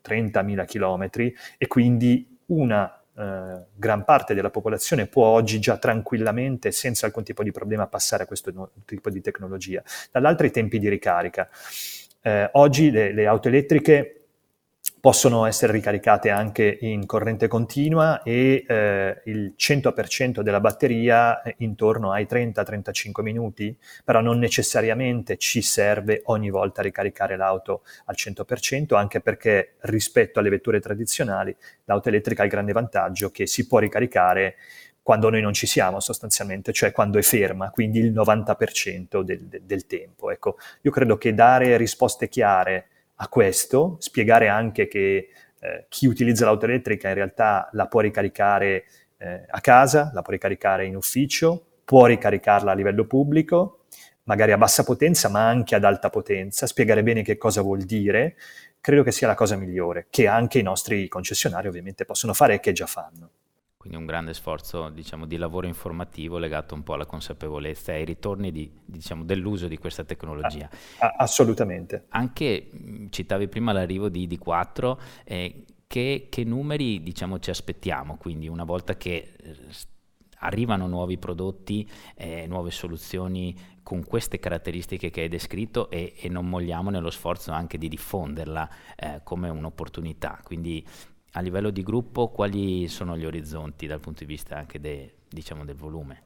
30.000 chilometri, e quindi una gran parte della popolazione può oggi già tranquillamente, senza alcun tipo di problema, passare a questo tipo di tecnologia. Dall'altro, i tempi di ricarica. Oggi le auto elettriche possono essere ricaricate anche in corrente continua e il 100% della batteria intorno ai 30-35 minuti, però non necessariamente ci serve ogni volta ricaricare l'auto al 100%, anche perché rispetto alle vetture tradizionali l'auto elettrica ha il grande vantaggio che si può ricaricare quando noi non ci siamo sostanzialmente, cioè quando è ferma, quindi il 90% del tempo. Ecco, io credo che dare risposte chiare a questo, spiegare anche che chi utilizza l'auto elettrica in realtà la può ricaricare a casa, la può ricaricare in ufficio, può ricaricarla a livello pubblico, magari a bassa potenza ma anche ad alta potenza, spiegare bene che cosa vuol dire, credo che sia la cosa migliore, che anche i nostri concessionari ovviamente possono fare e che già fanno. Quindi un grande sforzo, diciamo, di lavoro informativo legato un po' alla consapevolezza e ai ritorni diciamo, dell'uso di questa tecnologia. Assolutamente. Anche citavi prima l'arrivo di ID4, che numeri, diciamo, ci aspettiamo? Quindi una volta che arrivano nuovi prodotti, nuove soluzioni con queste caratteristiche che hai descritto e non molliamo nello sforzo anche di diffonderla come un'opportunità. Quindi a livello di gruppo, quali sono gli orizzonti dal punto di vista anche diciamo, del volume?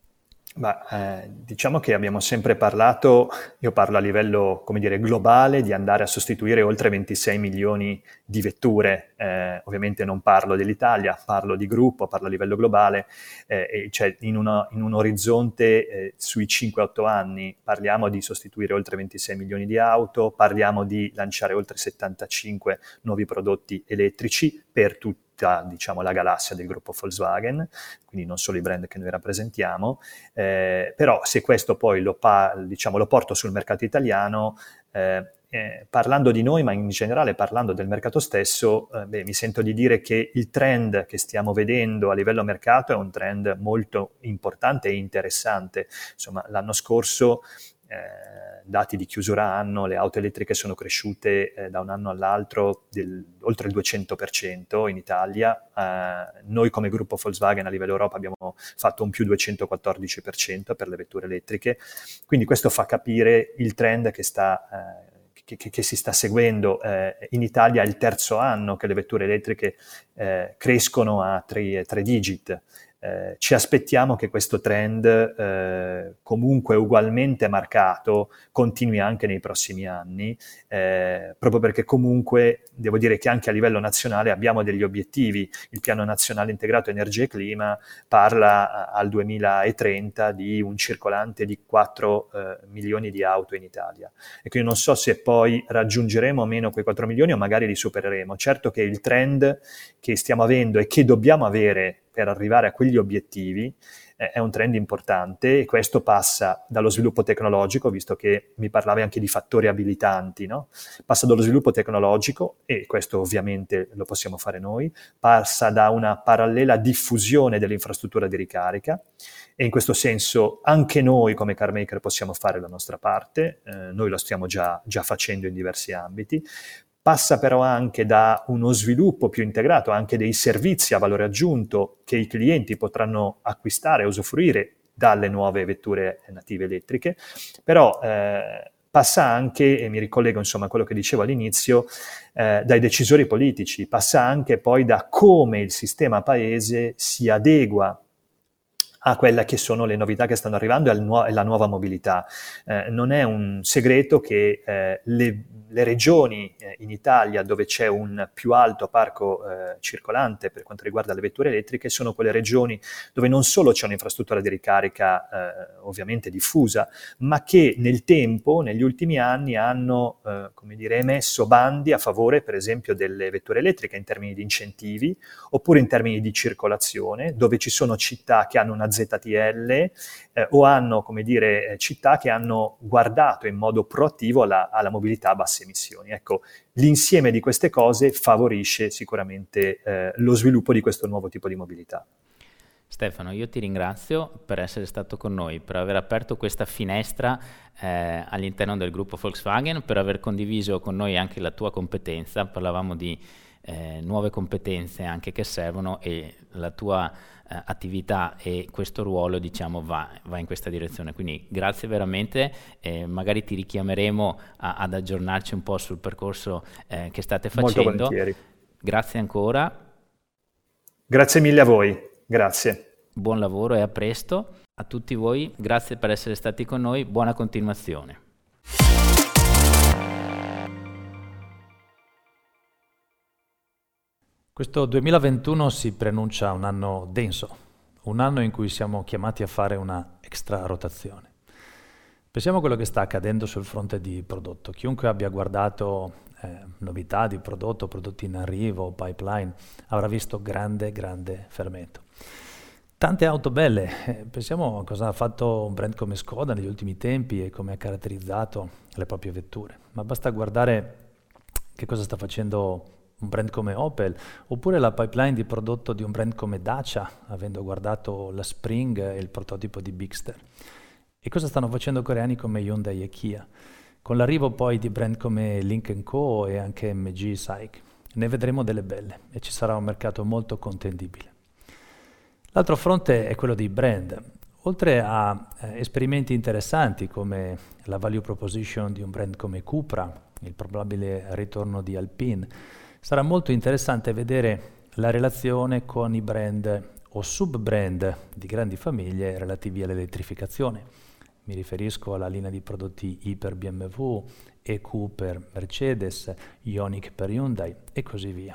Diciamo che abbiamo sempre parlato, io parlo a livello, come dire, globale, di andare a sostituire oltre 26 milioni di vetture. Ovviamente non parlo dell'Italia, parlo di gruppo, parlo a livello globale, cioè in un orizzonte sui 5-8 anni parliamo di sostituire oltre 26 milioni di auto, parliamo di lanciare oltre 75 nuovi prodotti elettrici per tutta, diciamo, la galassia del gruppo Volkswagen, quindi non solo i brand che noi rappresentiamo, però se questo poi lo porto sul mercato italiano, parlando di noi, ma in generale parlando del mercato stesso, mi sento di dire che il trend che stiamo vedendo a livello mercato è un trend molto importante e interessante. Insomma, l'anno scorso, dati di chiusura anno, le auto elettriche sono cresciute da un anno all'altro oltre il 200% in Italia. Noi come gruppo Volkswagen a livello Europa abbiamo fatto un più 214% per le vetture elettriche, quindi questo fa capire il trend che si sta seguendo. In Italia è il terzo anno che le vetture elettriche crescono a tre digit. Ci aspettiamo che questo trend comunque ugualmente marcato continui anche nei prossimi anni, proprio perché comunque devo dire che anche a livello nazionale abbiamo degli obiettivi. Il Piano Nazionale Integrato Energia e Clima parla al 2030 di un circolante di 4 milioni di auto in Italia, e quindi non so se poi raggiungeremo o meno quei 4 milioni o magari li supereremo. Certo che il trend che stiamo avendo e che dobbiamo avere per arrivare a quegli obiettivi è un trend importante, e questo passa dallo sviluppo tecnologico, visto che mi parlavi anche di fattori abilitanti, no? Passa dallo sviluppo tecnologico, e questo ovviamente lo possiamo fare noi, passa da una parallela diffusione dell'infrastruttura di ricarica, e in questo senso anche noi come car maker possiamo fare la nostra parte, noi lo stiamo già facendo in diversi ambiti. Passa però anche da uno sviluppo più integrato anche dei servizi a valore aggiunto che i clienti potranno acquistare e usufruire dalle nuove vetture native elettriche, però passa anche, e mi ricollego insomma a quello che dicevo all'inizio, dai decisori politici, passa anche poi da come il sistema paese si adegua a quelle che sono le novità che stanno arrivando e la nuova mobilità. Non è un segreto che le regioni in Italia dove c'è un più alto parco circolante per quanto riguarda le vetture elettriche sono quelle regioni dove non solo c'è un'infrastruttura di ricarica ovviamente diffusa, ma che nel tempo, negli ultimi anni, hanno emesso bandi a favore per esempio delle vetture elettriche in termini di incentivi oppure in termini di circolazione, dove ci sono città che hanno una ZTL o hanno, città che hanno guardato in modo proattivo alla mobilità a basse emissioni. Ecco, l'insieme di queste cose favorisce sicuramente lo sviluppo di questo nuovo tipo di mobilità. Stefano, io ti ringrazio per essere stato con noi, per aver aperto questa finestra all'interno del gruppo Volkswagen, per aver condiviso con noi anche la tua competenza. Parlavamo di nuove competenze anche che servono, e la tua attività e questo ruolo, diciamo, va in questa direzione. Quindi grazie veramente, magari ti richiameremo ad aggiornarci un po' sul percorso che state facendo. Molto volentieri. Grazie ancora. Grazie mille a voi, grazie. Buon lavoro e a presto. A tutti voi, grazie per essere stati con noi, buona continuazione. Questo 2021 si preannuncia un anno denso, un anno in cui siamo chiamati a fare una extra rotazione. Pensiamo a quello che sta accadendo sul fronte di prodotto. Chiunque abbia guardato novità di prodotto, prodotti in arrivo, pipeline, avrà visto grande fermento. Tante auto belle, pensiamo a cosa ha fatto un brand come Skoda negli ultimi tempi e come ha caratterizzato le proprie vetture, ma basta guardare che cosa sta facendo un brand come Opel, oppure la pipeline di prodotto di un brand come Dacia, avendo guardato la Spring e il prototipo di Bigster. E cosa stanno facendo coreani come Hyundai e Kia, con l'arrivo poi di brand come Lynk & Co e anche MG SAIC. Ne vedremo delle belle e ci sarà un mercato molto contendibile. L'altro fronte è quello dei brand. Oltre a esperimenti interessanti come la value proposition di un brand come Cupra, il probabile ritorno di Alpine, sarà molto interessante vedere la relazione con i brand o sub-brand di grandi famiglie relativi all'elettrificazione. Mi riferisco alla linea di prodotti I per BMW, EQ per Mercedes, Ioniq per Hyundai e così via.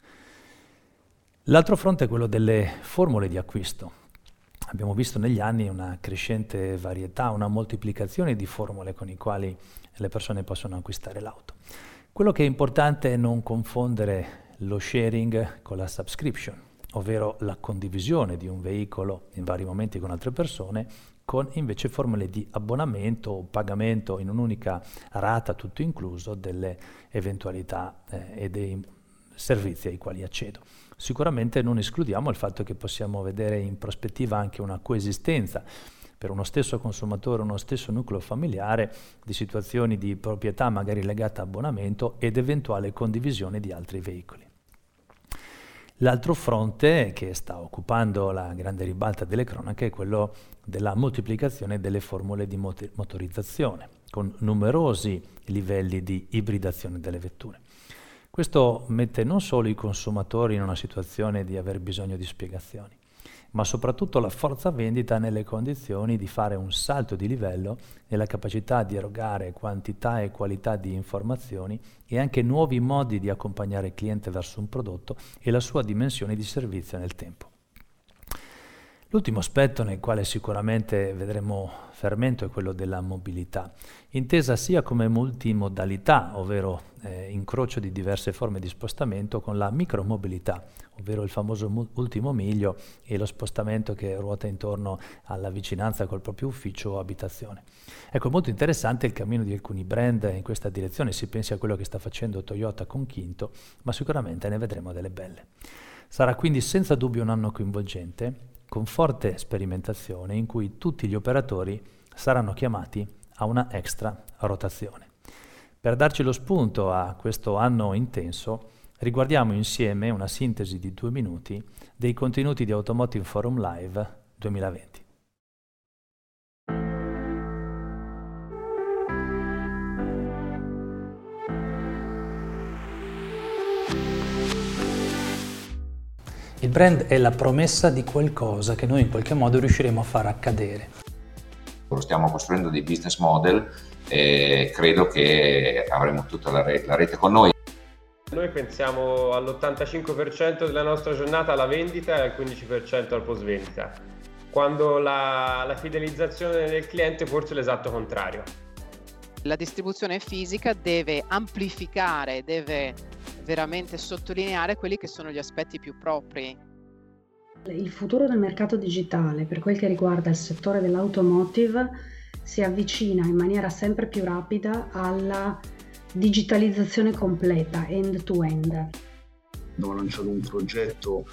L'altro fronte è quello delle formule di acquisto. Abbiamo visto negli anni una crescente varietà, una moltiplicazione di formule con i quali le persone possono acquistare l'auto. Quello che è importante è non confondere lo sharing con la subscription, ovvero la condivisione di un veicolo in vari momenti con altre persone, con invece formule di abbonamento o pagamento in un'unica rata, tutto incluso, delle eventualità e dei servizi ai quali accedo. Sicuramente non escludiamo il fatto che possiamo vedere in prospettiva anche una coesistenza per uno stesso consumatore, uno stesso nucleo familiare, di situazioni di proprietà magari legate a abbonamento ed eventuale condivisione di altri veicoli. L'altro fronte che sta occupando la grande ribalta delle cronache è quello della moltiplicazione delle formule di motorizzazione, con numerosi livelli di ibridazione delle vetture. Questo mette non solo i consumatori in una situazione di aver bisogno di spiegazioni, ma soprattutto la forza vendita nelle condizioni di fare un salto di livello nella capacità di erogare quantità e qualità di informazioni e anche nuovi modi di accompagnare il cliente verso un prodotto e la sua dimensione di servizio nel tempo. L'ultimo aspetto nel quale sicuramente vedremo fermento è quello della mobilità, intesa sia come multimodalità, ovvero incrocio di diverse forme di spostamento, con la micromobilità, ovvero il famoso ultimo miglio e lo spostamento che ruota intorno alla vicinanza col proprio ufficio o abitazione. Ecco, molto interessante il cammino di alcuni brand in questa direzione, si pensi a quello che sta facendo Toyota con Kinto, ma sicuramente ne vedremo delle belle. Sarà quindi senza dubbio un anno coinvolgente, con forte sperimentazione in cui tutti gli operatori saranno chiamati a una extra rotazione. Per darci lo spunto a questo anno intenso, riguardiamo insieme una sintesi di 2 minuti dei contenuti di Automotive Forum Live 2020. Il brand è la promessa di qualcosa che noi in qualche modo riusciremo a far accadere. Stiamo costruendo dei business model e credo che avremo tutta la rete con noi. Noi pensiamo all'85% della nostra giornata alla vendita e al 15% al post vendita, quando la fidelizzazione del cliente forse è l'esatto contrario. La distribuzione fisica deve amplificare, deve veramente sottolineare quelli che sono gli aspetti più propri. Il futuro del mercato digitale per quel che riguarda il settore dell'automotive si avvicina in maniera sempre più rapida alla digitalizzazione completa, end-to-end. Abbiamo lanciato un progetto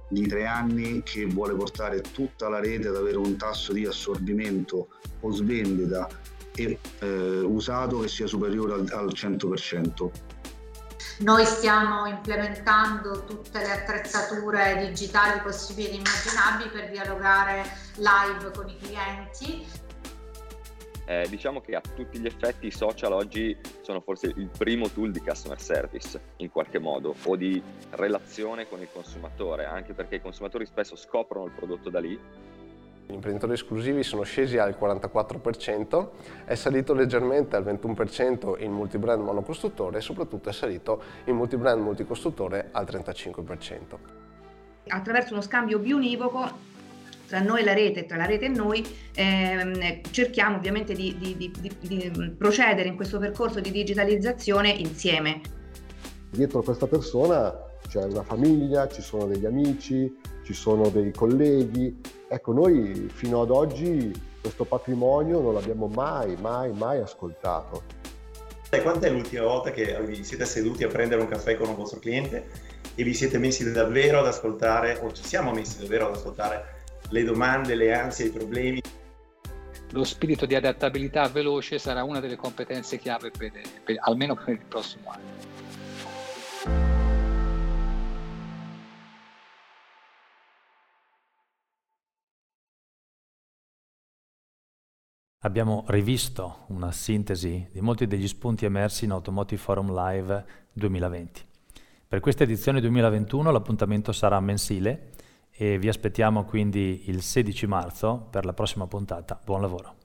di 3 anni che vuole portare tutta la rete ad avere un tasso di assorbimento post vendita e usato che sia superiore al 100%. Noi stiamo implementando tutte le attrezzature digitali possibili e immaginabili per dialogare live con i clienti. Diciamo che a tutti gli effetti i social oggi sono forse il primo tool di customer service in qualche modo, o di relazione con il consumatore, anche perché i consumatori spesso scoprono il prodotto da lì. Gli imprenditori esclusivi sono scesi al 44%, è salito leggermente al 21% il multibrand monocostruttore e soprattutto è salito il multibrand multicostruttore al 35%. Attraverso uno scambio biunivoco tra noi e la rete, tra la rete e noi, cerchiamo ovviamente di procedere in questo percorso di digitalizzazione insieme. Dietro questa persona c'è una famiglia, ci sono degli amici, ci sono dei colleghi. Ecco, noi fino ad oggi questo patrimonio non l'abbiamo mai ascoltato. Quando è l'ultima volta che vi siete seduti a prendere un caffè con un vostro cliente e vi siete messi davvero ad ascoltare, o ci siamo messi davvero ad ascoltare le domande, le ansie, i problemi? Lo spirito di adattabilità veloce sarà una delle competenze chiave almeno per il prossimo anno. Abbiamo rivisto una sintesi di molti degli spunti emersi in Automotive Forum Live 2020. Per questa edizione 2021 l'appuntamento sarà mensile e vi aspettiamo quindi il 16 marzo per la prossima puntata. Buon lavoro!